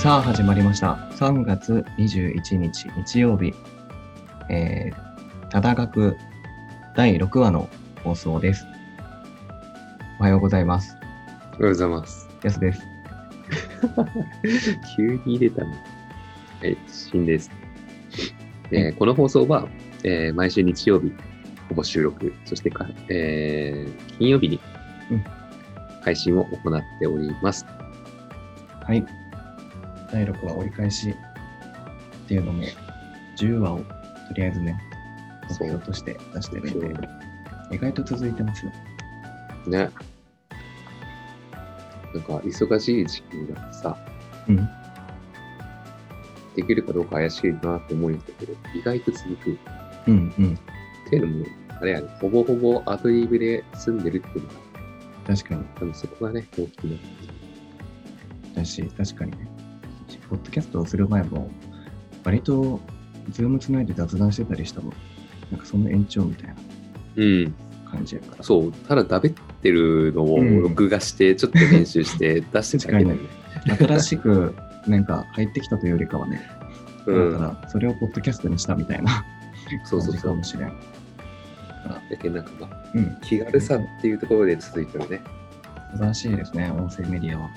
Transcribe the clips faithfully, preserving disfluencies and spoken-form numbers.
さあ始まりました。さんがつにじゅういちにち日曜日、えー、ただ学だいろくわの放送です。おはようございます。 おはようございます。 やすです。 急に入れたの。はい、しんです。えー、この放送は、えー、毎週日曜日、ほぼ収録、そしてか、えー、金曜日に配信を行っております。 うん、はい。だいろくわ折り返しっていうのも、じゅうわをとりあえずね、目標として出してるんで、意外と続いてますよ。 ね。なんか、忙しい時期になってさ、 うん。 できるかどうか怪しいなって思うんだけど、意外と続く。 うんうん。 っていうのも、あれやね、ほぼほぼアドリブで住んでるっていうのが、 確かに。 多分そこがね、大きいな。 だし、確かにね。ポッドキャストをする前も、割と、ズームつないで雑談してたりしたもん。なんかその延長みたいな感じやから。 うん、そう、ただだべってるのを録画して、ちょっと編集して出してただけだよね。 新しくなんか入ってきたというよりかはね、うん、だからそれをポッドキャストにしたみたいなそうそうそうかもしれん。 だけどなんかまあ、うん、気軽さっていうところで続いてるね。 素晴らしいですね、音声メディアは。はい、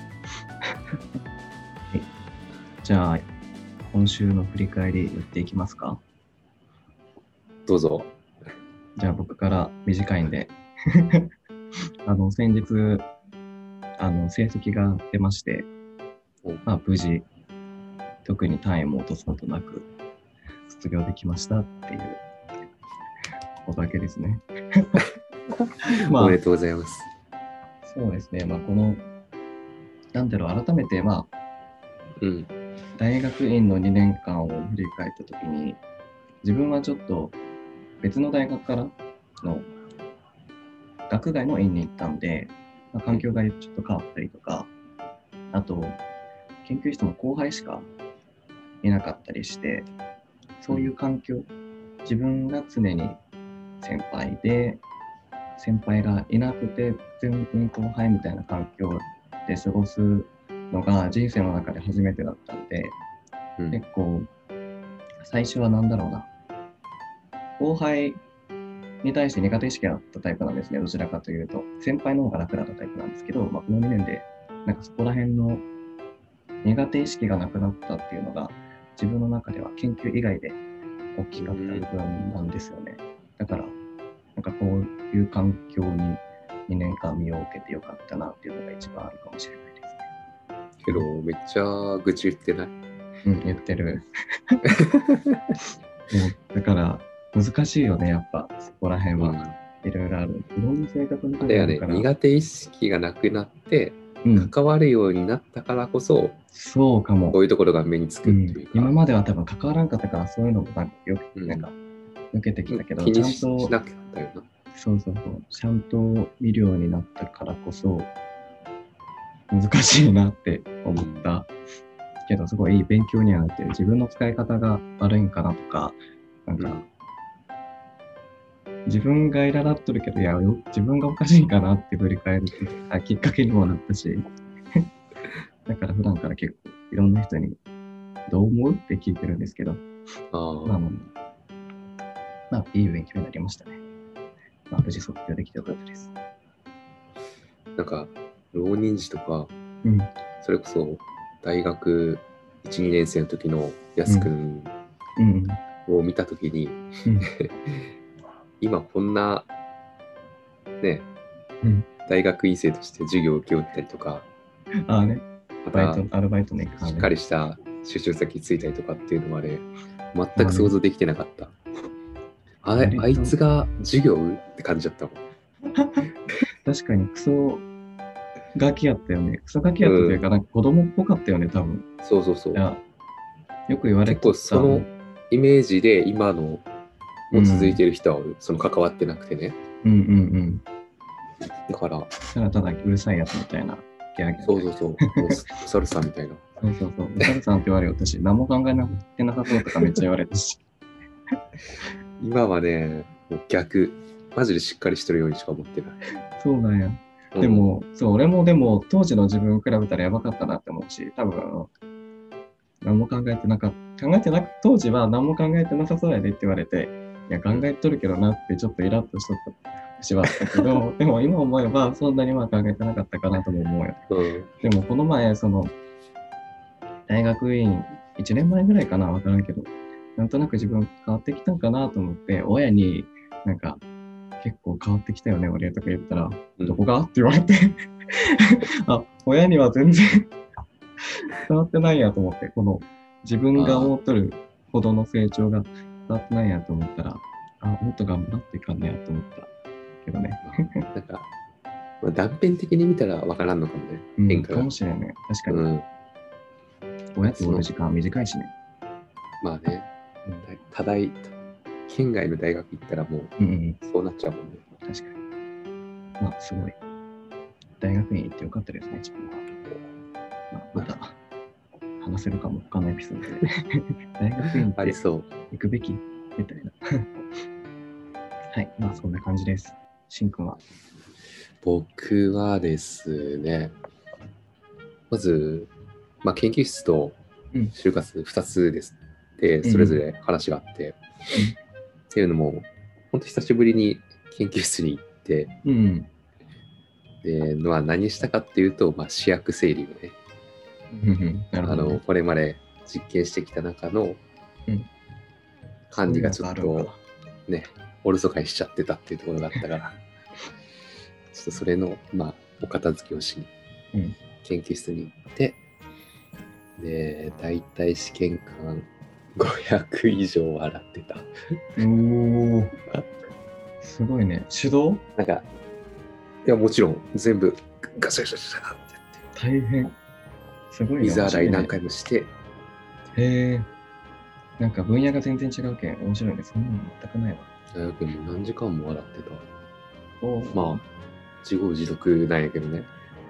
じゃあ、今週の振り返りやっていきますか。 どうぞ。 じゃあ僕から短いんで。あの、先日、あの、成績が出まして、まあ、無事、特に単位も落とすことなく、卒業できましたっていうことだけですね。 まあ、おめでとうございます。 そうですね。まあ、この、なんだろう、改めて、まあ、 うん、 大学院のにねんかんを振り返ったときに、自分はちょっと別の大学からの学外の院に行ったんで、まあ、環境がちょっと変わったりとか、あと、研究室も後輩しかいなかったりして、そういう環境、自分が常に先輩で、先輩がいなくて全然後輩みたいな環境で過ごすのが人生の中で初めてだったんで、うん、結構最初はなんだろうな、後輩に対して苦手意識があったタイプなんですね。どちらかというと先輩の方が楽だったタイプなんですけど、まあ、このにねんでなんかそこら辺の苦手意識がなくなったっていうのが自分の中では研究以外で大きかった部分なんですよね。だからなんかこういう環境ににねんかん身を受けてよかったなっていうのが一番あるかもしれないですね。 けどめっちゃ愚痴言ってない？ うん、言ってる。もうだから難しいよね、やっぱそこら辺は、うん、いろいろある。いろんな性格のことがあるから。苦手意識がなくなって、うん、関わるようになったからこそ、 そうかも。 こういうところが目につくっていうか。 うん、今までは多分関わらんかったからそういうのもなんかよく、なんか、受けてきたけど、 気にしちゃんとしなかったよな。 そうそうそう。ちゃんと見るようになったからこそ、難しいなって思った。けど、すごいいい勉強にはなってる。自分の使い方が悪いんかなとか、なんか、うん、自分が苛立っとるけど、いや、自分がおかしいかなって振り返るきっかけにもなったし、だから普段から結構いろんな人にどう思うって聞いてるんですけど、 あまあ、まあ、いい勉強になりましたね。まあ、無事卒業できてよかったです。 なんか、浪人時とか、 うん、 それこそ大学いち、にねん生の時のやすくんを見た時に、うんうん、今こんな、ね、うん、大学院生として授業を受け負ったりとか、 ああね、アルバイト、アルバイトね、 しっかりした就職先ついたりとかっていうのもあれ、全く想像できてなかった。あれ、あいつが授業って感じだったもん。 確かにクソガキやったよね。クソガキやったというか、うん、なんか子供っぽかったよね、多分。 そうそうそう。 いや、よく言われてた。 結構そのイメージで今のも続いてる人は、うん、その関わってなくてね。 うんうんうん。 だから。 ただただうるさいやつみたいな。ギャーギャーそうそうそう。お猿さんみたいな。 そうそうそう。お猿さんって言われたし、何も考えなくてなさそうとかめっちゃ言われたし。 今はね、もう逆。マジでしっかりしてるようにしか思ってない。 そうなんや。でも、うん、そう、俺もでも当時の自分比べたらやばかったなって思うし、多分、 何も考えてなかった。考えてなく、当時は何も考えてなさそうやでって言われて、いや、考えとるけどなってちょっとイラッとしとった節はあったけど、でも今思えばそんなには考えてなかったかなとも思うよ。 うん、 でもこの前、その、大学院、いちねんまえぐらいかな、わからんけど、なんとなく自分変わってきたんかなと思って、親になんか、結構変わってきたよね、俺とか言ったら、 うん、 どこがって言われて、あ、親には全然伝わってないやと思って、この自分が思っとるほどの成長が伝わってないやと思ったら、あ、もっと頑張らっていかんねやと思ったけどね。 なんか、まあ、断片的に見たら分からんのかもね、 うん、 変化が。 かもしれないね。確かに。 うん、 親とおる時間は短いしね。 まあね、多大、県外の大学行ったらもう、そうなっちゃうもんね。 うんうん、確かに。まあ、すごい。大学院行ってよかったですね、自分は。まあ、また話せるかも、他のエピソードで。大学院って行くべきみたいな。はい、まあそんな感じです。しんくんは？ 僕はですね、まず、まあ、研究室と就活ふたつです。うん、で、それぞれ話があって、うん、っていうのも、本当久しぶりに研究室に行って、うん、で、まあ、何したかっていうと、まあ、試薬整理をね、うん、あのこれまで実験してきた中の管理がちょっとね、おろそかにしちゃってたっていうところがあったから、ちょっとそれの、まあ、お片付けをしに研究室に行って、うん、で、だいたい試験管ごひゃく以上洗ってた。 おー、すごいね。手動？ なんか、いや、もちろん全部ガシャガシャガシャってやって。 大変。すごいね。 水洗い何回もして。 へえ。なんか分野が全然違うけん、面白いね。そんなの全くないわ。 大学も何時間も洗ってた。おまあ、自業自得なんやけどね。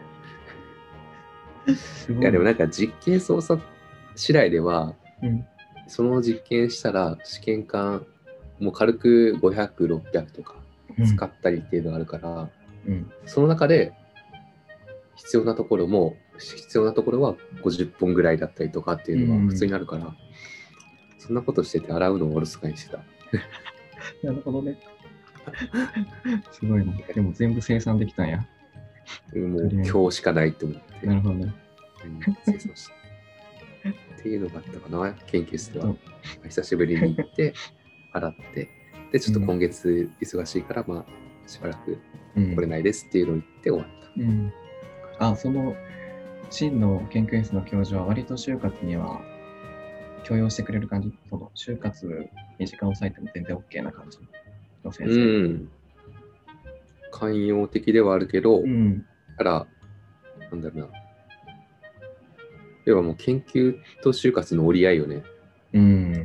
すごい。いや、でもなんか実験操作次第では、うん、その実験したら試験管もう軽くごひゃく、ろっぴゃくとか使ったりっていうのがあるから、うん、その中で必要なところも必要なところはごじゅっぽんぐらいだったりとかっていうのが普通にあるから、うん、そんなことしてて洗うのをおろそかにしてた。 なるほどね。すごいな。でも全部生産できたんや。 もう今日しかないって思って。 なるほどね。 うん、生産した。っていうのがあったかな、研究室では。久しぶりに行って、洗って、で、ちょっと今月忙しいから、まあ、しばらく来れないですっていうのを言って終わった。 うんうん、あ、その、真の研究室の教授は割と就活には許容してくれる感じ？その就活に時間を割いても全然 OK な感じの先生。うん。 寛容的ではあるけど、うん、ただ、なんだろうな。要はもう研究と就活の折り合いよね。 うん、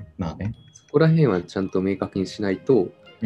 まあね。 そこら辺はちゃんと明確にしないと、 うんうん、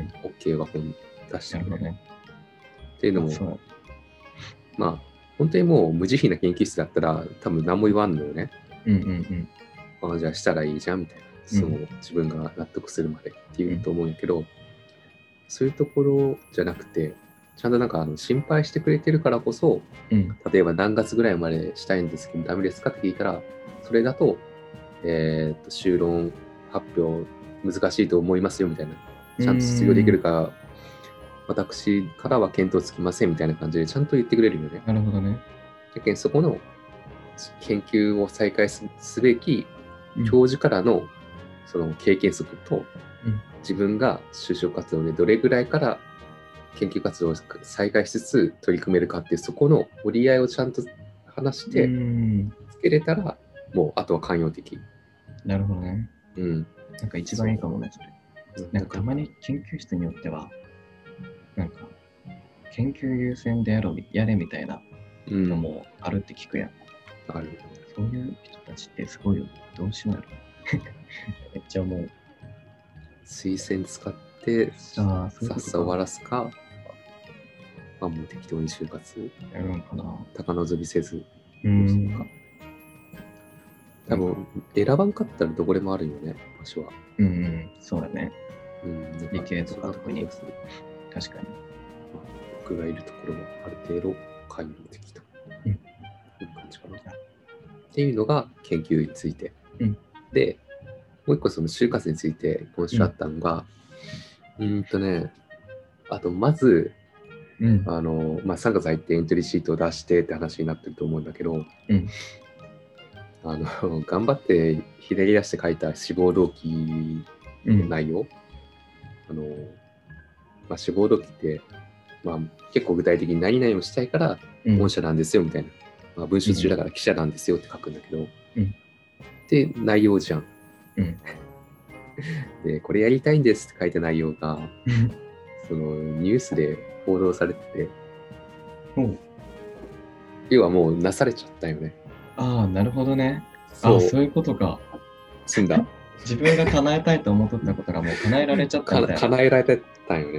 OK は出してるね。 っていうのも、まあ、まあ、本当にもう無慈悲な研究室だったら多分何も言わんのよね。 うんうんうん。 ああ、じゃあしたらいいじゃんみたいな。その、うん、自分が納得するまでっていうと思うんやけど、うん、そういうところじゃなくて、ちゃんとなんかあの心配してくれてるからこそ、うん、例えば何月ぐらいまでしたいんですけどダメですかって聞いたら、それだと、えー、っと修論発表難しいと思いますよみたいな、ちゃんと卒業できるか私からは検討つきませんみたいな感じでちゃんと言ってくれるよね。 なるほどね。 だけどそこの研究を再開すべき教授からのその経験則と、うん、自分が就職活動でどれぐらいから研究活動を再開しつつ取り組めるかっていうそこの折り合いをちゃんと話してつけれたらもうあとは寛容的。 なるほどね。 うん。 なんか一番いいかもね、それ。なんかたまに研究室によっては、なんか研究優先でやろうやれみたいなのもあるって聞くやん。 うん、ある。 そういう人たちってすごいよ。どうしようやろ。めっちゃ思う。 推薦使ってさっさ終わらすか、まあ、もう適当に就活やるのかな。 高望みせずうんか。多分選ばんかったらどこでもあるよね、場所は。 うん、うん、そうだね。うん、理系とか特に。確かに。 僕がいるところはある程度寛容的と。うん。いう感じかな。 っていうのが研究について、 うん、 でもう一個その就活について今週あったのが、うん、うーんとねあとまず、うん、あのまあ、さんがつ入ってエントリーシートを出してって話になってると思うんだけど、うん、あの頑張ってひねり出して書いた志望動機の内容、うん、あのまあ、志望動機って、まあ、結構具体的に何々をしたいから御社なんですよみたいな、まあ、文章中だから記者なんですよって書くんだけど、うん、で内容じゃん、うん、でこれやりたいんですって書いた内容がそのニュースで報道されてて、うん、要はもうなされちゃったよね。 ああ、なるほどね。そうあそういうことか。 済んだ。 自分が叶えたいと思っとったことがもう叶えられちゃったみたいな。 叶えられたんよね。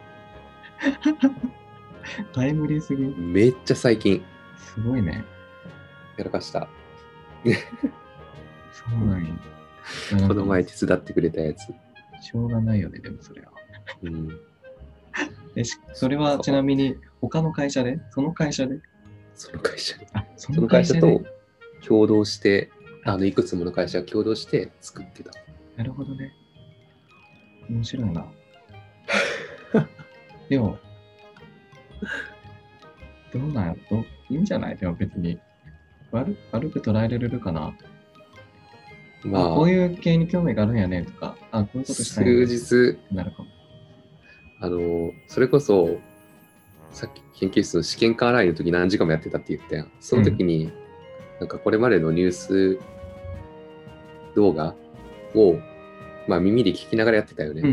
タイムリーすぎ。 めっちゃ最近。 すごいね。 やらかした。 そうなんや。 この前手伝ってくれたやつ。 しょうがないよね、でもそれは。うん、でそれはちなみに他の会社でその会社でその会社であその会社と共同してあのいくつもの会社が共同して作ってた。 なるほどね。面白いな。でもどうなんやろ、いいんじゃない？でも別に悪悪く捉えられるかな。まあこういう系に興味があるんやねとか、あこういうことしたいんだ数日なるかも。 あのそれこそさっき研究室の試験管ラインの時何時間もやってたって言ったやん。その時に、うん、なんかこれまでのニュース動画を、まあ、耳で聞きながらやってたよね。うんうん、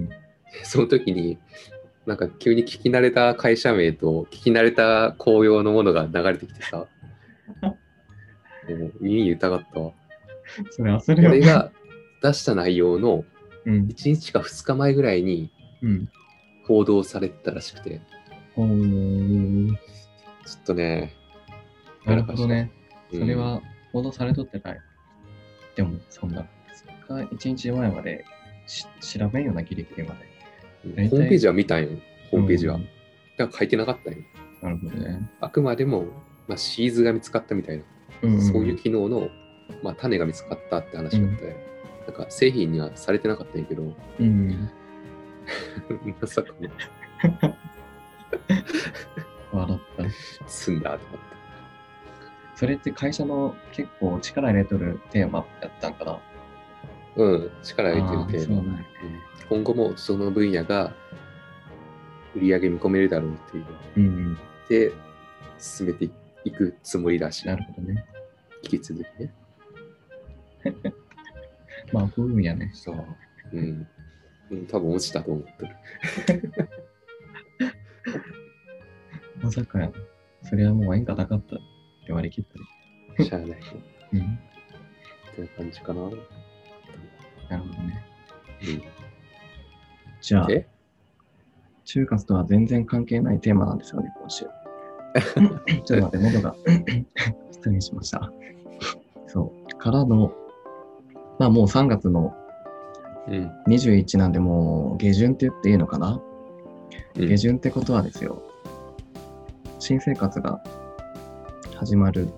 その時になんか急に聞き慣れた会社名と聞き慣れた紅葉のものが流れてきてさもう耳痛かったわ。 それ焦るよ。 俺が出した内容のいちにちかふつかまえぐらいに報道されてたらしくて、うん、ちょっとねなるほどね。それは報道されとってない。うん、でもそんないちにちまえまでし調べんようなギリギリまで。ホームページは見たんよ。ホームページは。うん、だから書いてなかったんよ。 なるほどね。 あくまでも、まあ、シーズが見つかったみたいな、うんうん、そういう機能の、まあ、種が見つかったって話だったよ。うん、なんか製品にはされてなかったんやけど、うん、まさかね。 笑った。 済んだと思って。 それって会社の結構力入れとるテーマやったんかな？ うん、力入れてるテーマ。うん、今後もその分野が売り上げ見込めるだろうっていうの、うん、で進めていくつもりだし。 なるほどね。 引き続きね。 まあ、分野ね。 そう。うん。うん、多分落ちたと思ってる。 まさかや。それはもう縁がなかったって割り切ったり。しゃあない。うん。っていう感じかな。なるほどね。うん。じゃあ、就活とは全然関係ないテーマなんですよね、今週。ちょっと待って、喉が失礼しました。そう。からの、まあもうさんがつのにじゅういちなんで、もう下旬って言っていいのかな、うん、下旬ってことはですよ、新生活が始まる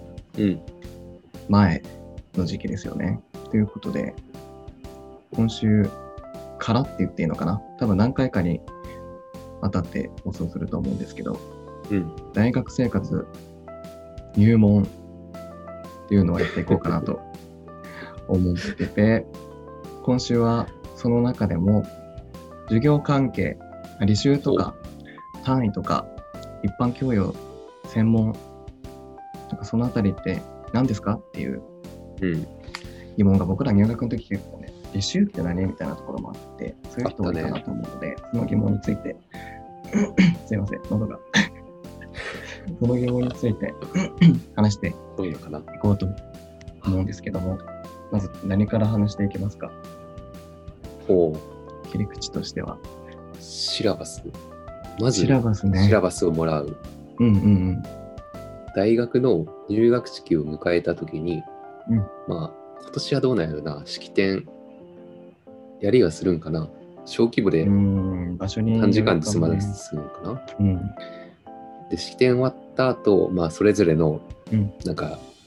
前の時期ですよね。ということで、今週からって言っていいのかな、多分何回かに当たって放送すると思うんですけど、うん、大学生活入門っていうのをやっていこうかなと思ってて、今週はその中でも授業関係、履修とか単位とか一般教養、専門とかそのあたりって何ですかっていう疑問が僕ら入学の時結構ね、履修って何みたいなところもあって、そういう人多いかなと思うので、ね、その疑問についてすいません、喉がその疑問について話していこうと思うんですけども、まず何から話していきますか？ ほう。切り口としては。 シラバス。まず、 シラバスね。 シラバスをもらう。 うんうんうん。 大学の入学式を迎えたときに、うん、まあ、今年はどうなんやろな、式典、やりはするんかな。小規模で短時間で済ませるのかな。うん、で式典終わった後、まあそれぞれのなんか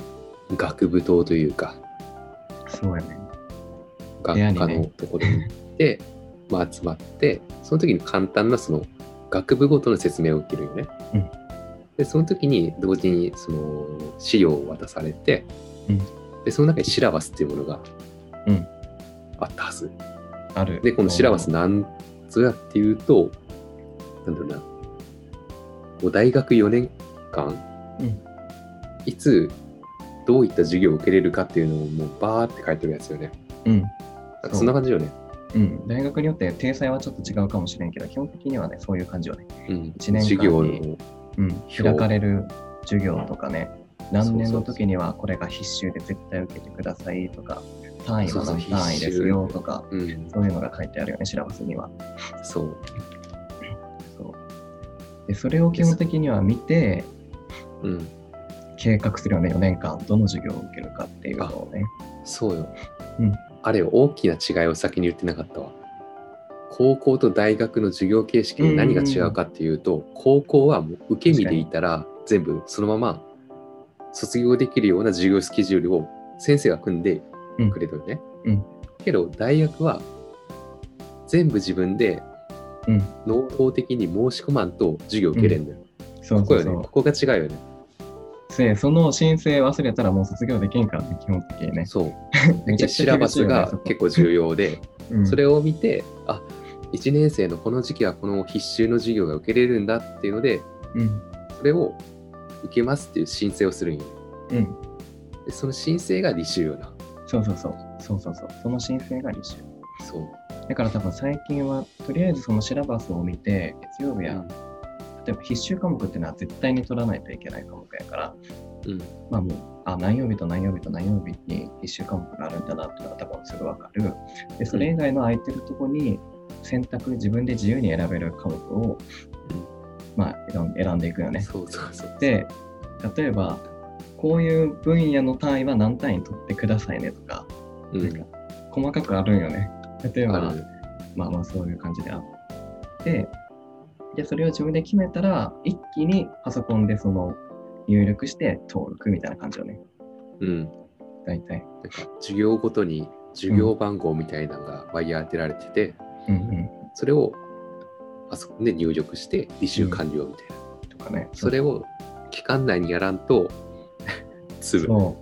学部棟というか、 そうやね。 学科のところに行って、ねまあ、集まって、その時に簡単なその学部ごとの説明を受けるよね。 うん、 で、その時に同時にその資料を渡されて、 うん、 で、その中にシラバスっていうものがあったはず。 うん、ある。 で、このシラバスなんぞやっていうと、なんだろうな、もう大学よねんかん、 うん、 いつどういった授業を受けれるかっていうのをもうバーって書いてるやつよね。 うん。 なんかそんな感じよね。 うん、大学によって体裁はちょっと違うかもしれんけど、基本的にはね、そういう感じよね。 うん、 いちねんかんに授業の、 うん、開かれる授業とかね、何年の時にはこれが必修で絶対受けてくださいとか、単位は何単位ですよとか、 そうそう、うん、 そういうのが書いてあるよね、シラバスには。 そう。 そうでそれを基本的には見て、 うん、 計画するよね、よねんかん、どの授業を受けるかっていうのをね。 そうよ。 うん、 あれ、大きな違いを先に言ってなかったわ。高校と大学の授業形式で何が違うかっていうと、うん、高校はもう受け身でいたら全部そのまま卒業できるような授業スケジュールを先生が組んでくれるよね。 うんうん、 けど大学は全部自分で能動的に申し込まんと授業受けれんのよ。うん、そうそうそう、ここよね。ここが違うよね。 せその申請忘れたらもう卒業できんからね、基本的にね。 そう。めっちゃシラバスが結構重要で、うん、それを見て、あ、いちねん生のこの時期はこの必修の授業が受けれるんだっていうので、うん、それを受けますっていう申請をするんよ。うん、でその申請が履修よな。 そうそうそう。そうそうそう。その申請が履修。 そう。 だから多分最近は、とりあえずそのシラバスを見て、月曜日や、うん、例えば必修科目っていうのは絶対に取らないといけない科目やから、うん、まあもう、あ、何曜日と何曜日と何曜日に必修科目があるんだなっていうのが多分すぐわかる。で、それ以外の空いてるところに選択、自分で自由に選べる科目を、うん、まあ選んでいくよね。 そうそうそう。 で、例えば、こういう分野の単位は何単位取ってくださいねとか、うん、なんか細かくあるんよね。例えば、まあまあそういう感じであって、で、それを自分で決めたら、一気にパソコンでその入力して登録みたいな感じよね。 うん。 大体。 なんか授業ごとに授業番号みたいなのがワイヤー当てられてて、うんうん、それをパソコンで入力して履修完了みたいな。うん、とかね。それを期間内にやらんと、する。 そう。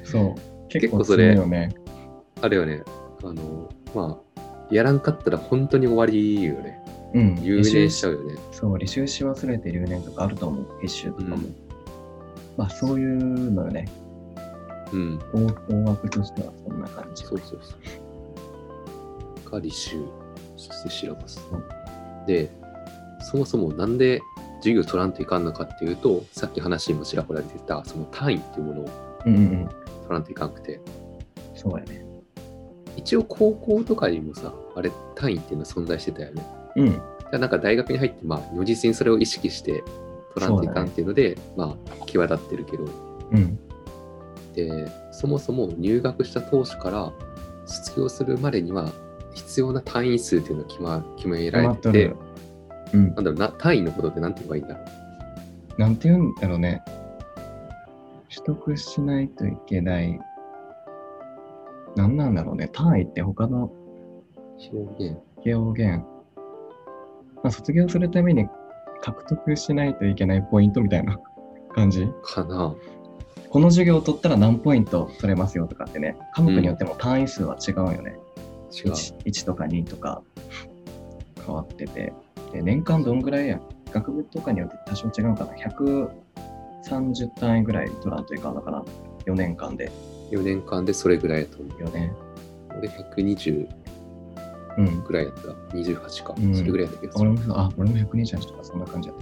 そう。結構それ、 あれよね。あの、まあ、やらんかったら本当に終わりよね。うん。留年しちゃうよね。 そう、履修し忘れて留年とかあると思う。必修とかも。うん、まあ、そういうのよね。うん。大枠としてはそんな感じ。 そうそうそう。が履修、そしてシラバス。で、そもそもなんで授業取らんといかんのかっていうと、さっき話にもちらほら出てたその単位っていうものを取らんといかんくて、 うんうん、そうやね。 一応高校とかにもさ、あれ単位っていうのは存在してたよね。うん。なんか大学に入ってまあ如実にそれを意識して取らんといかんっていうので、ね、まあ際立ってるけど、うん。で、そもそも入学した当初から卒業するまでには必要な単位数っていうのが決ま決められてて。うん、なんだろうな、単位のことって何て言えばいいんだろう。なんて言うんだろうね。取得しないといけない。何なんだろうね。単位って他の表現。 表現。まあ、卒業するために獲得しないといけないポイントみたいな感じかな。 この授業を取ったら何ポイント取れますよとかってね、科目によっても単位数は違うよね。うん、いち, いちとかにとか変わってて。で年間どんぐらいや学部とかによって多少違うかな。ひゃくさんじゅう単位ぐらい取らんといかんのかな。よねんかんで。 よねんかんでそれぐらいやと思うよね。 俺ひゃくにじゅうぐらいやった。うん、にじゅうはちか、うん。それぐらいやったけど。 俺も、あ、俺もひゃくにじゅうはちとかそんな感じやった。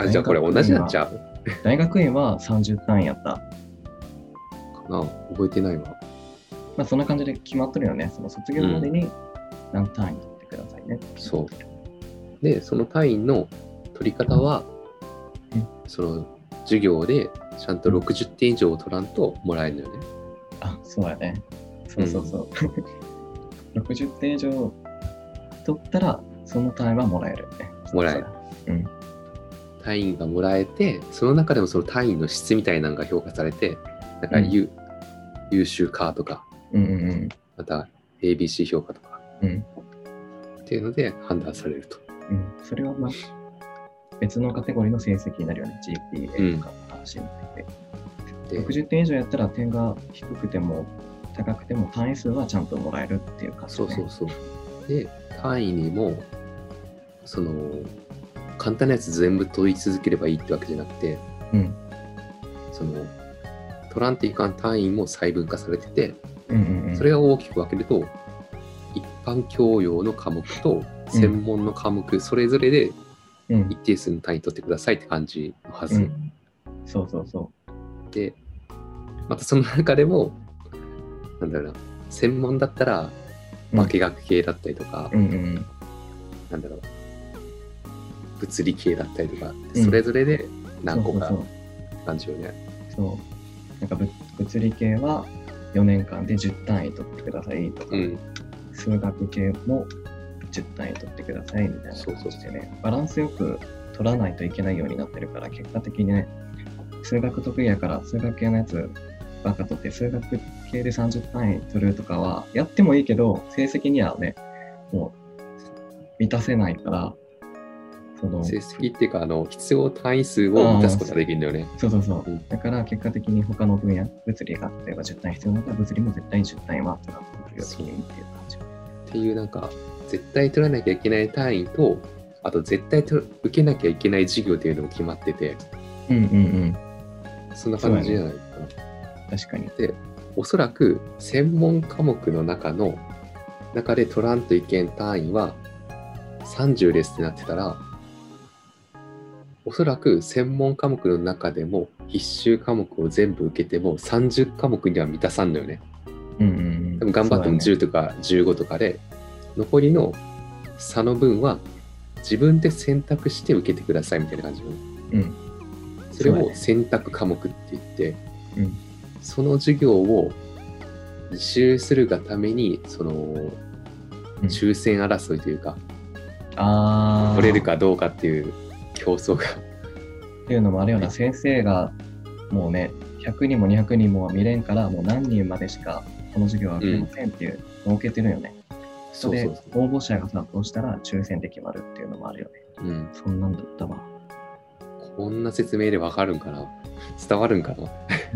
あ、じゃあこれ同じなんちゃう？ 大学院はさんじゅう単位やった。かな、覚えてないわ。 まあそんな感じで決まってるよね。その卒業までに何単位取ってくださいね。 うん、そう。で、その単位の取り方は、うん、その授業でちゃんとろくじゅってん以上を取らんともらえるのよね。 あ、そうやね。そうそうそう。うん、ろくじゅってん以上取ったら、その単位はもらえるよね。 もらえる。うん。単位がもらえて、その中でもその単位の質みたいなのが評価されて、なんか、うん、 優秀かとか、 うんうんうん、 また エービーシー 評価とか、 うん、 っていうので判断されると。 うん、それはまあ別のカテゴリーの成績になるよね、ジーピーエー とかの話になってて、うん、ろくじゅってん以上やったら点が低くても高くても単位数はちゃんともらえるっていう感じ、ね、 そうそうそう。で、単位にもその簡単なやつ全部取り続ければいいってわけじゃなくて、 うん、 その取らんといかん単位も細分化されてて、 うんうんうん、 それが大きく分けると一般教養の科目と専門の科目、うん、それぞれで一定数の単位取ってくださいって感じのはず、うん、 そうそうそう。 でまたその中でもなんだろうな、専門だったら化学系だったりとか、 うんうんうん、 なんだろう、物理系だったりとか、うん、それぞれで何個か感じよね。 そうなんか物理系はよねんかんでじゅう単位取ってくださいとか、うん、数学系もじゅう単位取ってくださいみたいな感じでね、そうそうそうバランスよく取らないといけないようになってるから、結果的にね、数学得意やから数学系のやつばっか取って数学系でさんじゅう単位取るとかはやってもいいけど、成績にはねもう満たせないから、 その成績っていうかあの必要単位数を満たすことができるんだよね。 そうそうそう、うん、だから結果的に他の分野、物理が例えばじゅう単位必要なら物理も絶対にじゅう単位は取らなきゃいけないっていう感じ。 っていうなんか絶対取らなきゃいけない単位と、あと絶対受けなきゃいけない授業っていうのも決まってて、 うんうんうん、 そんな感じじゃないかな。 ね、確かに。 で、おそらく専門科目の中の中で取らんといけん単位はさんじゅうですってなってたら、おそらく専門科目の中でも必修科目を全部受けてもさんじゅう科目には満たさんのよね。 うんうんうん、 でも頑張ってもじゅうとかじゅうごとかで、ね、残りの差の分は自分で選択して受けてくださいみたいな感じよね。 うん、 それを選択科目って言って、 うん、 その授業を履修するがためにその抽選争いというか、 うん、あ取れるかどうかっていう競争がっていうのもあるような、先生がもうねひゃくにんもにひゃくにんも見れんから、もう何人までしかこの授業は受けませんっていうのを受けてるよね。うん、それで応募者が殺到したら抽選で決まるっていうのもあるよね。 うん、 そんなんだったわ。 こんな説明でわかるんかな、伝わるんかなうん、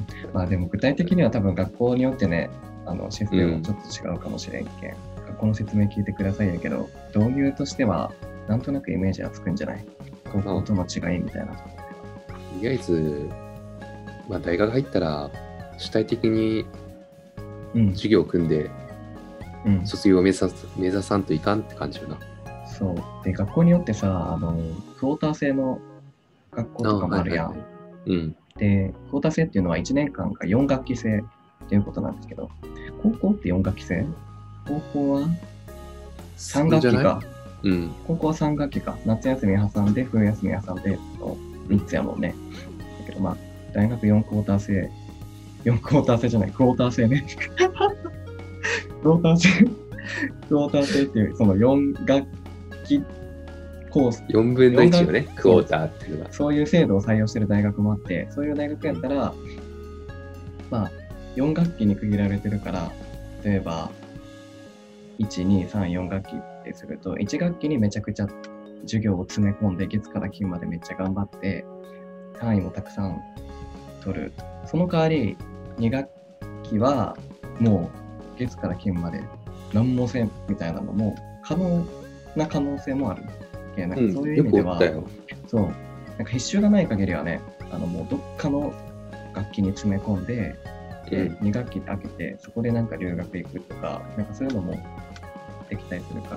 まあでも具体的には多分学校によってね、あのシステムもちょっと違うかもしれんけん、うん、学校の説明聞いてくださいやけど、導入としてはなんとなくイメージはつくんじゃない？高校との違いみたいな。とりあえず、まあ、大学入ったら主体的に授業を組んで、うん、卒業を目指さ、目指さんといかんって感じよな。 そうで、学校によってさ、あのクォーター制の学校とかもあるやん。 はいはいはい、うん、 でクォーター制っていうのはいちねんかんがよん学期制っていうことなんですけど、高校ってよん学期制？高校はさん学期か。 うん、 高校はさん学期か。夏休み挟んで冬休み挟んでのみっつやもんね。だけどまあ大学よんクォーター制、よんクォーター制じゃない、クォーター制ね。クォーター制、クォーター制っていうそのよん学期コース。 よんぶんのいちよね、クォーターっていうのは。 そういう制度を採用してる大学もあって、そういう大学やったら、まあよん学期に区切られてるから、例えばいち、に、さん、よん学期ってすると、いち学期にめちゃくちゃ授業を詰め込んで、月から金までめっちゃ頑張って、単位もたくさん取る。その代わり、に学期はもう月から金まで何もせんみたいなのも可能な可能性もある。なんかそういう意味では、うん、そう、なんか必修がない限りはね、あのもうどっかの学期に詰め込んで、でうん、 に学期開けて、そこでなんか留学行くとか、なんかそういうのもできたりするから、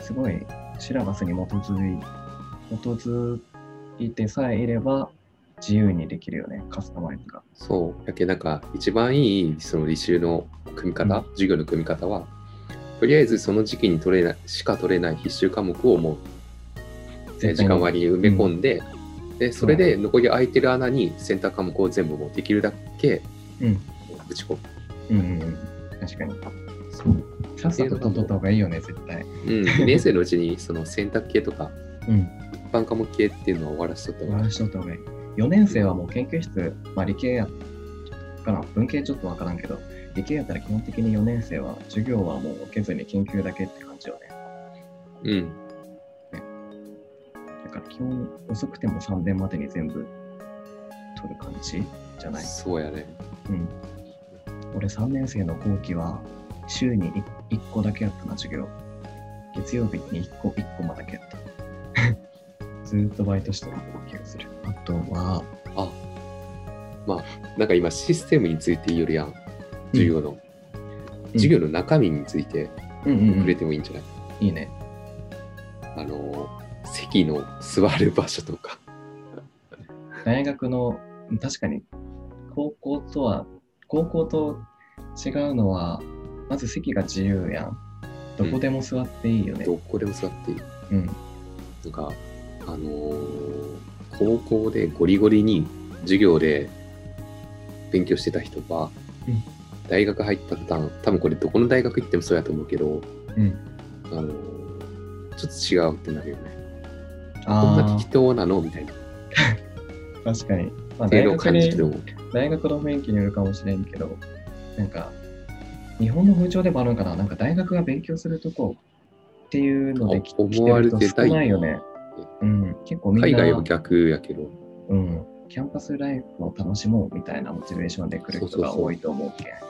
すごいシラバスに基づい、基づいてさえいれば自由にできるよね、カスタマイズが。 そう。だけどなんか一番いいその履修の組み方、うん、授業の組み方は、とりあえずその時期に取れないしか取れない必修科目をもう時間割に埋め込んで、うん、でそれで残り空いてる穴にセンター科目を全部もうできるだけぶち込む。 うんうんうん、確かに。さっさと取った方がいいよね、絶対。 うん、にねん生のうちにその選択系とか、 うん、 一般科目系っていうのを終わらしとった方がいい。 終わらしとった方がいい。よねん生はもう研究室、まあ、理系やからん文系ちょっとわからんけど、理系やったら基本的によねん生は授業はもう受けずに研究だけって感じよね。 うん。 ねだから基本遅くてもさんねんまでに全部取る感じじゃない。 そうやね。 うん。俺さんねん生の後期は週にいっこだけやったな、授業。月曜日にいっこ、いっこまだけやった。ずーっとバイトしてる気がする。あとは、 あ、まあ、なんか今システムについて言うやん。授業の、うん。授業の中身について触れてもいいんじゃない？ いいね。 あの、席の座る場所とか。 大学の、確かに、高校とは、高校と違うのは、まず席が自由やん。どこでも座っていいよね。 うん、どこでも座っていい。 うん。 なんか、あのー、高校でゴリゴリに授業で勉強してた人は、うん、大学入った途端、多分これどこの大学行ってもそうやと思うけど、うん、あのー、ちょっと違うってなるよね。こんな適当なのみたいな。 確かに。まあ、大学に大学の雰囲気によるかもしれんけど、なんか、日本の風潮でもあるんかな、なんか大学が勉強するとこっていうので来てる人少ないよね。うん、結構みんな。 海外は逆やけど。 うん。キャンパスライフを楽しもうみたいなモチベーションで来る人が多いと思うけん。そうそうそう、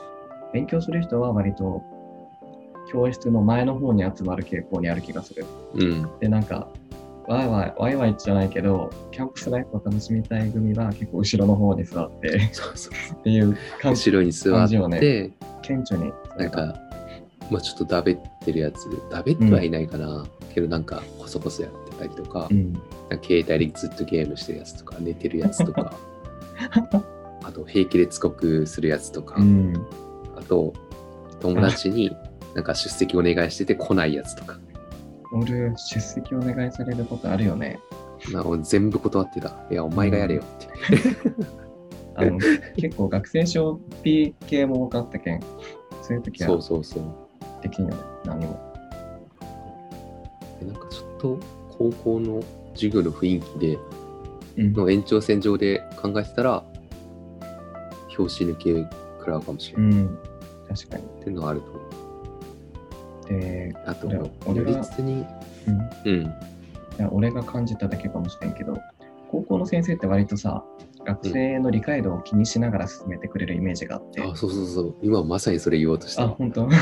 勉強する人は割と教室の前の方に集まる傾向にある気がする。 うん。 で、なんか、ワイワイ、ワイワイじゃないけど、キャンパスライフを楽しみたい組は結構後ろの方に座って、 そうそうそうっていう感じ、 後ろに座って、 ね、顕著に。 なんか、まあちょっとだべってるやつ、だべってはいないかな、うん、けどなんか、こそこそやってたりとか、うん、なんか携帯でずっとゲームしてるやつとか、寝てるやつとか、あと平気で遅刻するやつとか、うん、あと、友達になんか出席お願いしてて来ないやつとか。 俺、出席お願いされることあるよね。 な俺全部断ってた。いや、お前がやれよって。 あの結構学生証 P 系も多かったけん、そういう時はそうそうそう。 できんよね、何も。 なんかちょっと高校の授業の雰囲気で、うん、の延長線上で考えてたら、拍子抜け食らうかもしれない。うん、 確かに。 っていうのはあると思う。 で、 あと、俺が、にうん。うん。いや、俺が感じただけかもしれんけど、高校の先生って割とさ、学生の理解度を気にしながら進めてくれるイメージがあって。 うん、あ、そうそうそう。今まさにそれ言おうとした。 あ、本当。うん。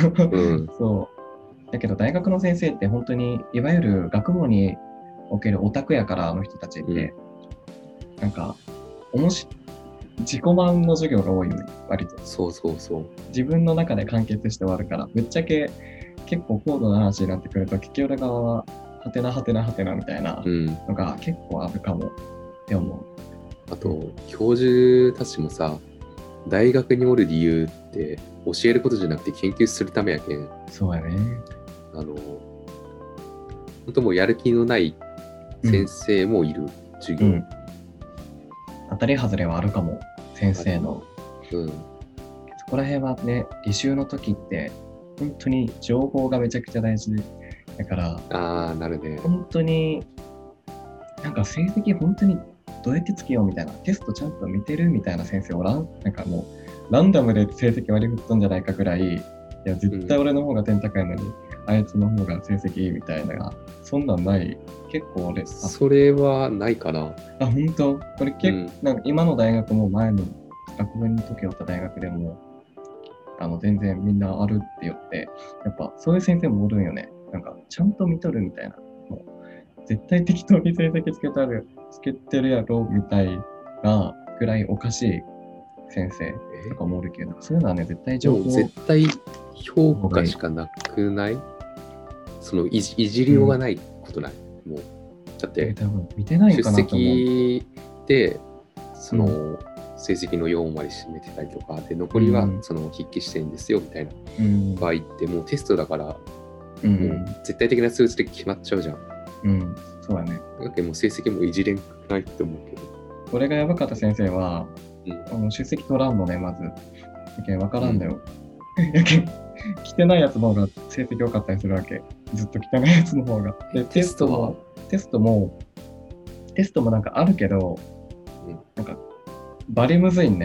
そう。だけど大学の先生って本当に、いわゆる学問におけるオタクやから、あの人たちって、うん、なんか、おもし、自己満の授業が多いよね、割と。 そうそうそう。 自分の中で完結して終わるから、ぶっちゃけ結構高度な話になってくると、聞き裏側は、はてなはてなはてなみたいなのが結構あるかもって思う。 うん、あと、教授たちもさ、大学におる理由って教えることじゃなくて研究するためやけん。 そうやね。 あの、本当もうやる気のない先生もいる、うん、授業、うん。 当たり外れはあるかも、先生の。 うん。 そこら辺はね、履修の時って、本当に情報がめちゃくちゃ大事だから、 ああ、なるね。 本当に、なんか成績本当にどうやってつけようみたいな、テストちゃんと見てるみたいな先生おらん？なんかもう、ランダムで成績割り振っとんじゃないかぐらい、いや、絶対俺の方が点高いのに、うん、あいつの方が成績いいみたいな、そんなんない？結構俺、 それはないかな。 あ、本当？これ結構、うん、なんか今の大学も前の学部に時おった大学でも、あの全然みんなあるって言って、やっぱそういう先生もおるんよね。なんかちゃんと見とるみたいな。もう絶対適当に成績つけたる、つけてるやろみたいなぐらいおかしい先生とかもおるけど、そういうのはね、絶対情報。 絶対評価しかなくない？そのいじ、いじりようがないことない。うん、もうだって多分見てないかなと思う。 出席でその、うん成績のよんわり占めてたりとかで残りはその筆記試験ですよみたいな場合ってもうテストだからもう絶対的な数値で決まっちゃうじゃん。 うん、そうだね。 だけどもう成績もいじれんくないって思うけど。 俺がやばかった先生は、うん、あの出席取らんのねまず。だけど分からんだよ。うん、やけ来てないやつの方が成績良かったりするわけ。ずっと来てないやつの方が。でテストもテストもテストもなんかあるけど、うん、なんかバリむずいんね。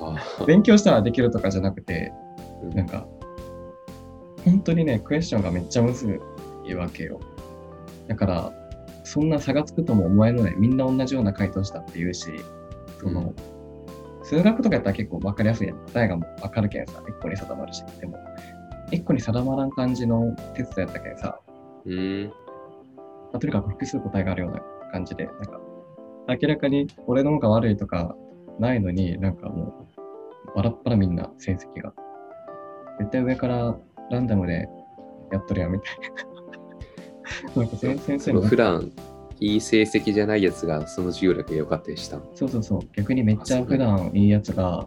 勉強したらできるとかじゃなくて、なんか、本当にね、クエスチョンがめっちゃむずいわけよ。だから、そんな差がつくとも思えない、みんな同じような回答したって言うし、その、うん、数学とかやったら結構分かりやすいやん。答えがもう分かるけんさ、一個に定まるし。でも、一個に定まらん感じのテストやったけんさ、 うんまあ、とにかく複数答えがあるような感じで、なんか、明らかに俺の方が悪いとかないのに、なんかもう、バラッバラみんな成績が。絶対上からランダムでやっとるやんみたいな。なんか先生の普段いい成績じゃないやつがその授業だけ良かったりした。 そうそうそう。逆にめっちゃ普段いいやつが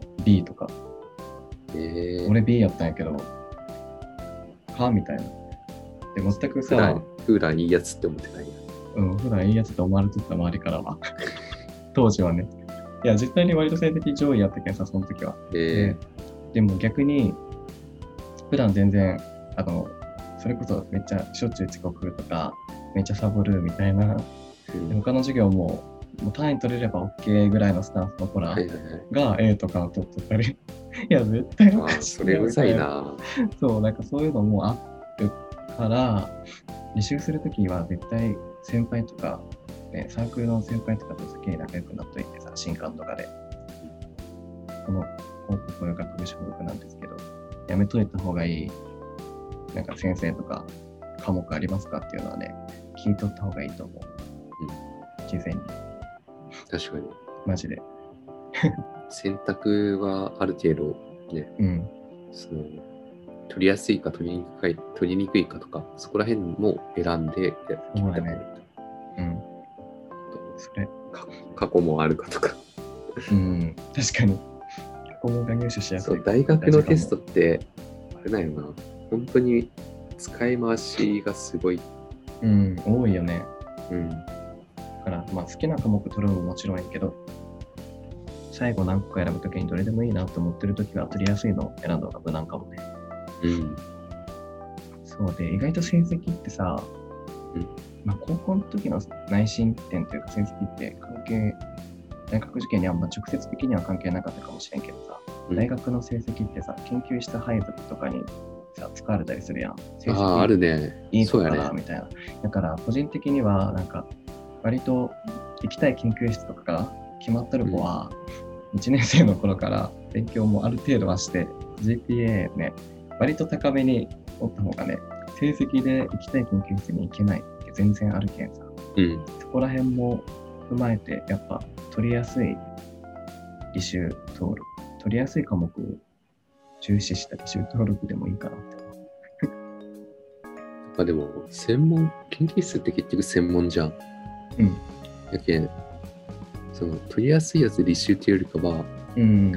B とか。 えー、 俺 B やったんやけど、はみたいな。で、全くさ、 普段、普段いいやつって思ってないや。 うん、普段いいやつって思われてた周りからは。当時はね。いや、実際に割と成績上位やったけんさ、その時は。 えー、 で, でも逆に、普段全然、あの、それこそめっちゃしょっちゅう遅刻とか、めっちゃサボるみたいな、うん、他の授業も、もう単位取れれば OK ぐらいのスタンスの子らが A とかを取ってたり、いや、絶対おかしい。 それうざいな。 そう、なんかそういうのもあるから、履修するときは絶対先輩とか、ね、サークルの先輩とかと先に仲良くなっといてさ、新刊とかで、この広告の学部所属なんですけど、やめといた方がいい、なんか先生とか科目ありますかっていうのはね、聞いとった方がいいと思う。うん、事前に。 確かに。 マジで。 選択はある程度ね、 うん、 その取りやすいか取りにくいか、取りにくいかとか、そこら辺も選んでやってみた方がいい。 うん。それ過去もあるかとか。 うん、確かに。過去問が入手しやすい。 そう、大学のテストって、あれなんよな、本当に使い回しがすごい。 うん、多いよね。 うん。 だから、まあ好きな科目取るのももちろんいいけど、最後何個か選ぶときにどれでもいいなと思ってるときは取りやすいのを選んだ方が無難かもね。 うん。 そうで、意外と成績ってさ、 うん、 まあ高校の時の内申点というか成績って関係、大学受験にはまあ直接的には関係なかったかもしれんけどさ、うん、大学の成績ってさ、研究室配属とかにさ、使われたりするやん。成績ああ、あるね。 いいとかな、みたいな。だから個人的には、なんか、割と行きたい研究室とかが決まってる子は、いちねん生の頃から勉強もある程度はして、ジーピーエー ね、割と高めにおった方がね、成績で行きたい研究室に行けないって全然あるけんさ。 うん、 そこら辺も踏まえて、やっぱ取りやすい履修登録、取りやすい科目を重視した履修登録でもいいかなって思う。 あ、でも、専門、研究室って結局専門じゃん。 うん。 やけん、その取りやすいやつ履修っていうよりかは、 うん、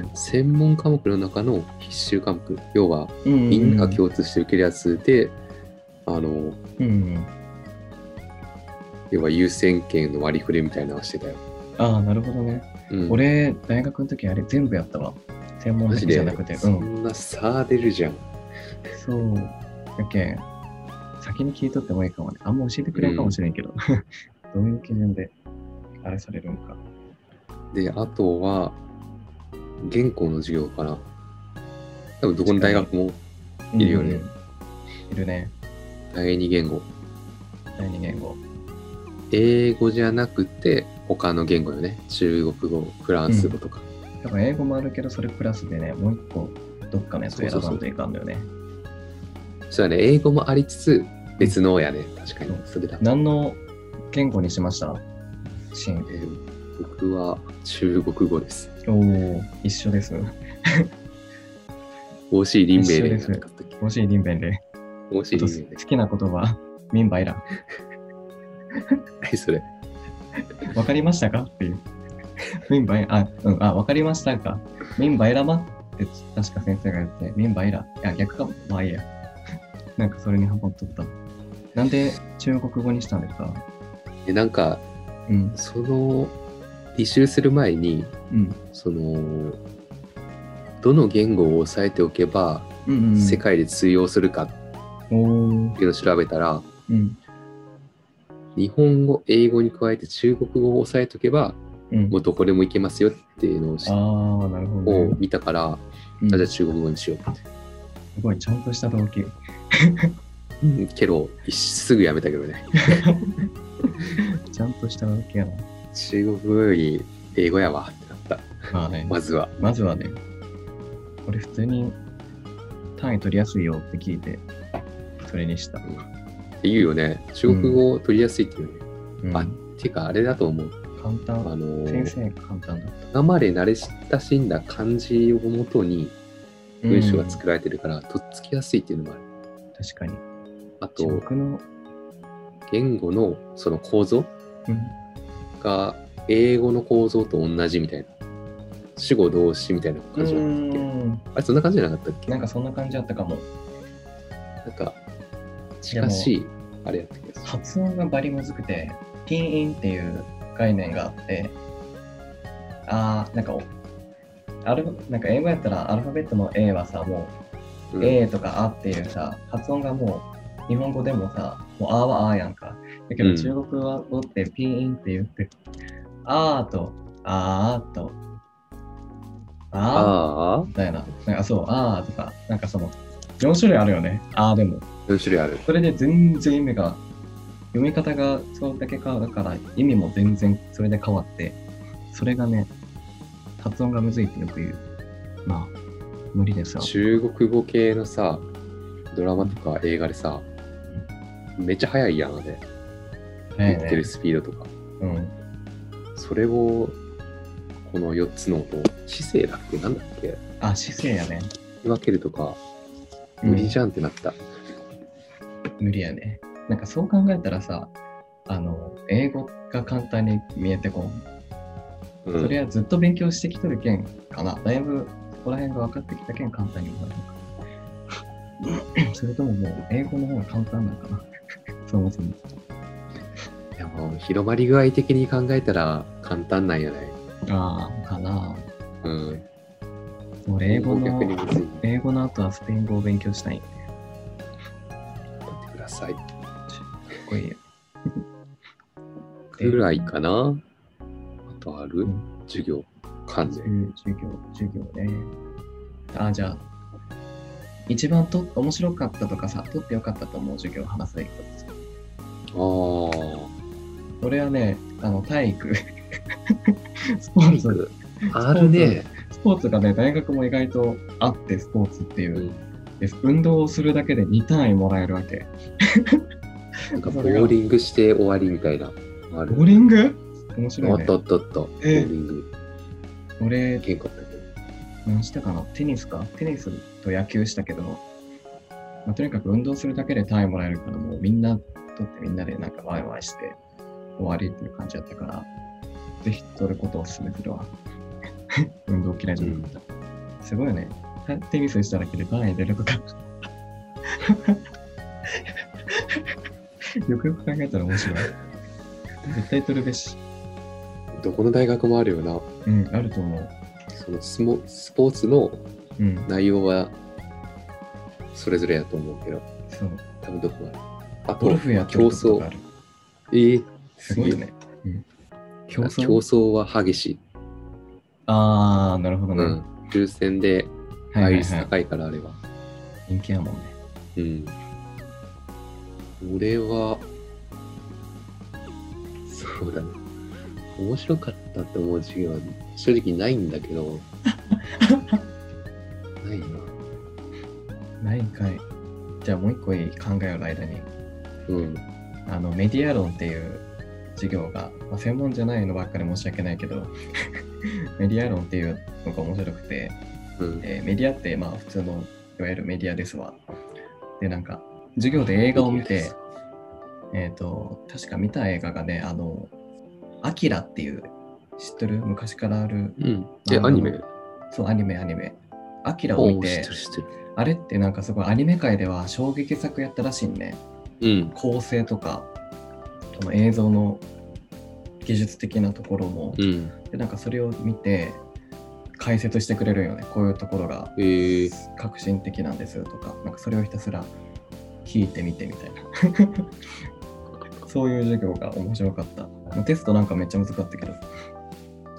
専門科目の中の必修科目、要は、みんなが共通して受けるやつで、あの、 うん、 要は優先権の割り振りみたいなのをしてたよ。 ああ、なるほどね。うん、俺、大学の時あれ全部やったわ。専門だけじゃなくて。 そんな差出るじゃん。 そう。やけん、先に聞いとってもいいかもね。あんま教えてくれるかもしれんけど。うん、どういう基準であれされるのか。 で、あとは、原稿の授業かな。多分どこの大学もいるよね。うんうん、 いるね。 第二言語。 第二言語。 英語じゃなくて他の言語よね。中国語、フランス語とか。 うん、多分英語もあるけど、それプラスでね、もう一個どっかのやつ選ばんといかんだよね。 そうだね、英語もありつつ別のやね。確かに。それだ。 何の言語にしました？シン、 えー、僕は中国語です。 おお、一緒です。 オーシー リンベイレイ。 オーシー リンベイレイ。 オーシー リンベイレイ。 好きな言葉、ミンバイラ。 何それ。 わかりましたかっていう。ミンバイ、あ、うん、あ、わかりましたか。ミンバイラマって確か先生が言って、ミンバイラ。いや、逆かも。まあいいや。なんかそれにハマっとった。なんで中国語にしたんですか？ え、なんか、 うん、 その、履修する前に、 うん、 その、どの言語を押さえておけば、 うんうん、 世界で通用するかっていうのを調べたら、 うん、 日本語、英語に加えて中国語を押さえておけば、 うん、 もうどこでも行けますよっていうのをあなるほど、ね、 を見たから、うん、あじゃあ中国語にしようって。 すごいちゃんとした動機。 うん、けどすぐやめたけどね。 ちゃんとした動機やな。 中国語より英語やわってなった。まあね、まずは。 まずはね。これ普通に単位取りやすいよって聞いて、それにした。うん、 っていうよね。中国語取りやすいっていうね。うん、あ、っていうかあれだと思う。 簡単。あのー、先生簡単だった。 今まで慣れ親しんだ漢字をもとに文章が作られてるから、うん、とっつきやすいっていうのもある。 確かに。 あと、言語のその構造が英語の構造と同じみたいな。主語動詞みたいな感じだったっけ？あれそんな感じじゃなかったっけ？ なんかそんな感じだったかも。 なんか近しいあれやった気がする。 発音がバリむずくて、ピンインっていう概念があって、あーなんかあるなんか英語やったらアルファベットの A はさもう、うん、A とかあっていうさ発音がもう日本語でもさもうあーはあーやんか。だけど中国語ってピンインって言って、うん、あーとあーとあーみたいな。なんかそう、あーとか、なんかその、よん種類あるよね。あーでも。 よん種類ある。 それで全然意味が、読み方がそれだけ変わるから、意味も全然それで変わって、それがね、発音がむずいってよく言う。まあ、無理ですよ。 中国語系のさ、ドラマとか映画でさ、うん、めっちゃ速いやん、あれ。言ってるスピードとか。 うん。 それを、このよっつの音、姿勢だっけなんだっけあ、姿勢やね。 分けるとか、無理じゃんってなった、 うん。無理やね。なんかそう考えたらさ、あの、英語が簡単に見えてこん。うん、それはずっと勉強してきとるけんかな。だいぶそこら辺が分かってきたけん簡単になるのか。それとももう英語の方が簡単なのかな。そもそも。 いやもう広まり具合的に考えたら簡単なんやない。 ああ、かな。 うん。 俺英語の、英語の後はスペイン語を勉強したいんで。 頑張ってください。かっこいいよ。 ぐらいかな。あとある、うん、授業。関連。 授業、授業ね。あ、じゃあ、一番と面白かったとかさ、取ってよかったと思う授業を話せばいいことですか。 ああ。 俺はね、あの、体育。スポーツ。 あるね。 スポーツがね、大学も意外とあって、スポーツっていう。うん、で運動をするだけでに単位もらえるわけ。 なんかボーリングして終わりみたいな。 あるボーリング面白いね。 あったあったあった。ボーリング。 俺、 結構あったけど。 何したかなテニスかテニスと野球したけど、まあ、とにかく運動するだけで単位もらえるから、もうみんなとってみんなでなんかワイワイして終わりっていう感じだったから、ぜひ取ることをお勧めするわ。運動嫌いじゃなかった。うん、すごいよね。テニスしただけで単位出るとか。よくよく考えたら面白い。絶対取るべし。 どこの大学もあるよな。 うん、あると思う。 そのスモスポーツの内容はそれぞれやと思うけど、 そう。 多分どこもある。あと、 ゴルフや競争がある。 えー、 すごいよね。うん、 競争競争は激しい。 あー、なるほどね。うん、 抽選で倍率高いからあれは。 人気やもんね。 うん。俺は、そうだね。面白かったって思う授業は正直ないんだけど。ないな。 ないんかい。じゃあもう一個いい考える間に。 うん。 あの、メディア論っていう授業が、まあ、専門じゃないのばっかり申し訳ないけど、メディア論っていうのが面白くて、 うんえー、メディアってまあ普通のいわゆるメディアですわ。で、なんか、授業で映画を見て、えっと、確か見た映画がね、あの、アキラっていう、知ってる昔からある。 うん。え、アニメ？ そう、アニメ、アニメ。アキラを見て、あれってなんかすごいアニメ界では衝撃作やったらしいね。 うん。 構成とか、その映像の技術的なところも、 うん、 でなんかそれを見て解説してくれるよね。こういうところが革新的なんですとか、なんかそれをひたすら聞いてみてみたいなそういう授業が面白かった。テストなんかめっちゃ難かったけど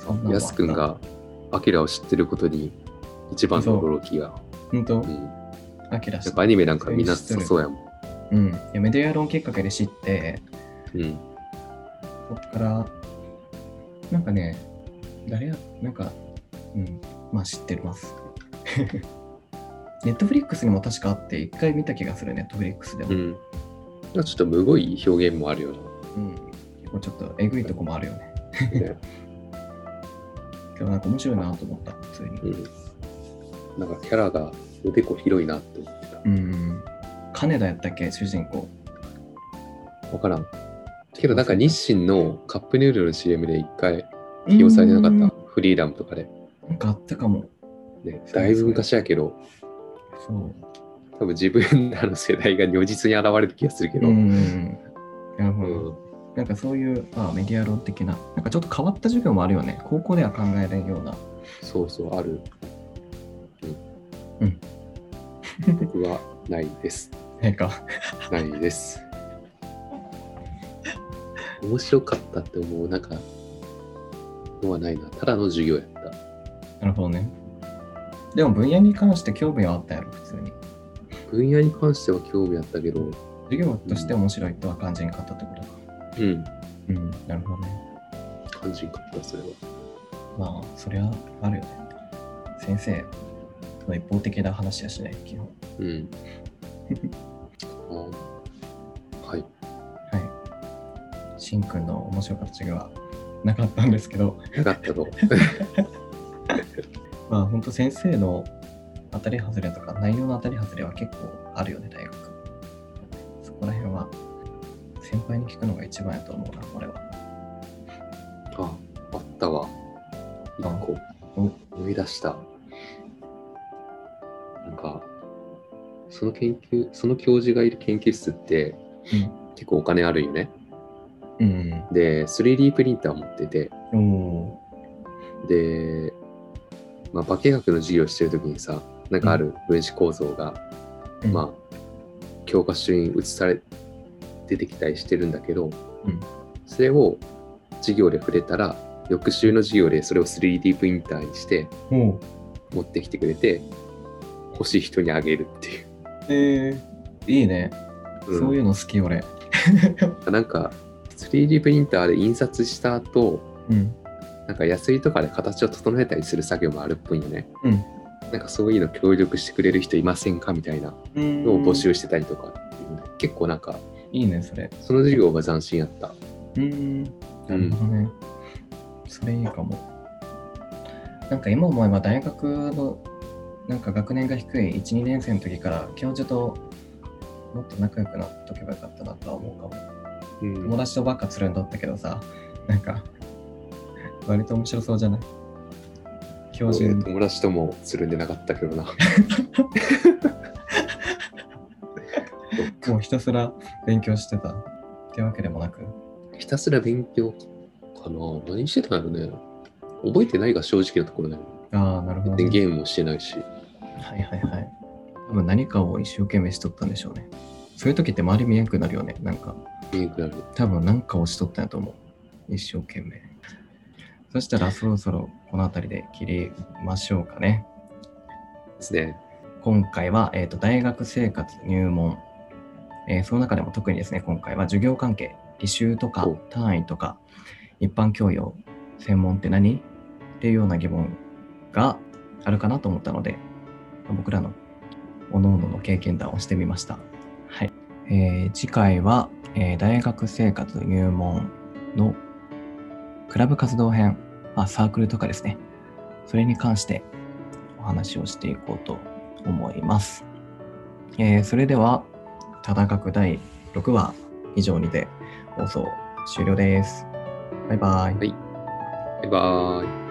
やすくんがアキラを知ってることに一番の驚きが。 本当？うん。アキラ知ってる。 やっぱアニメなんかみんなそうやもん。 うん。いやメディア論きっかけで知って、 うん。 そっから、なんかね、誰や、なんか、うん、まあ知ってます。ネットフリックスにも確かあって、一回見た気がする、ネットフリックスでも。 うん。ちょっとむごい表現もあるよな。 うん。結構ちょっとえぐいとこもあるよね。ね今日なんか面白いなと思った、普通に。 うん。なんかキャラがおでこ広いなって思ってた。 うん。金田やったっけ、主人公。 わからん。けどなんか日清のカップヌードルの シーエム で一回起用されてなかった。フリーダムとかで。 なんかあったかも。 ね、だいぶ昔やけど。 そう。 多分自分らの世代が如実に現れる気がするけど。うん。 なるほど。うん、なんかそういう、まあ、メディア論的な、なんかちょっと変わった授業もあるよね。高校では考えれるような。 そうそう、ある。 うん。 うん、僕はないです。 ないか。 ないです。面白かったって思う、なんか、のはないな。ただの授業やった。 なるほどね。でも分野に関して興味はあったやろ、普通に。 分野に関しては興味あったけど。 授業として面白いとは感じんかったってことか。 うん。 うん、なるほどね。 感じんかった、それは。 まあ、それはあるよね。先生の一方的な話やしね、基本。 うん。あ、はい。 はい。しんくんの面白かった授業はなかったんですけど。 なかったと。 まあ、ほんと先生の当たり外れとか、内容の当たり外れは結構あるよね、大学。そこら辺は、先輩に聞くのが一番やと思うな、俺は。 あ、あったわ。一個。思い出した。なんか、その研究、その教授がいる研究室って、うん、結構お金あるよね。 うん、 で、スリーディー プリンター持ってて、 おで、まあ、化学の授業してるときにさ、なんかある分子構造が、うん、まあ、教科書に移され、出てきたりしてるんだけど、うん、それを授業で触れたら、翌週の授業でそれを スリーディー プリンターにして、持ってきてくれて、欲しい人にあげるっていう。 えー、いいね。うん、そういうの好き、俺。 なんか、スリーディー プリンターで印刷した後、うん、なんかヤスリとかで形を整えたりする作業もあるっぽいよね。うん、なんかそういうの協力してくれる人いませんかみたいなのを募集してたりとか、結構なんか、 いいね、それ。 その授業が斬新やった。 うーん、なるほどね。うん、それいいかも。なんか今思えば大学のなんか学年が低いいち、にねん生の時から教授ともっと仲良くなっとけばよかったなとは思うかも。うん、友達とばっかつるんどったけどさ、なんか割と面白そうじゃない？教授友達ともつるんでなかったけどな。 もうひたすら勉強してたってわけでもなく。 ひたすら勉強かな。何してたんだろうね。覚えてないが正直なところだよね。 ああ、なるほど、ね。 ゲームもしてないし。 はいはいはい。多分何かを一生懸命しとったんでしょうね。そういう時って周り見えんくなるよね。なんか。 見えんくなる。 多分何かをしとったんやと思う。一生懸命。そしたらそろそろこの辺りで切りましょうかね。 ですね。 今回は、えーと、大学生活入門。えー、その中でも特にですね、今回は授業関係、履修とか単位とか、一般教養、専門って何っていうような疑問があるかなと思ったので、僕らの各々の経験談をしてみました。はい。えー、次回は、えー、大学生活入門のクラブ活動編、まあ、サークルとかですね。それに関してお話をしていこうと思います。えー、それでは、ただ学だいろくわ以上にて放送終了です。バイバイ。 はい。バイバイ。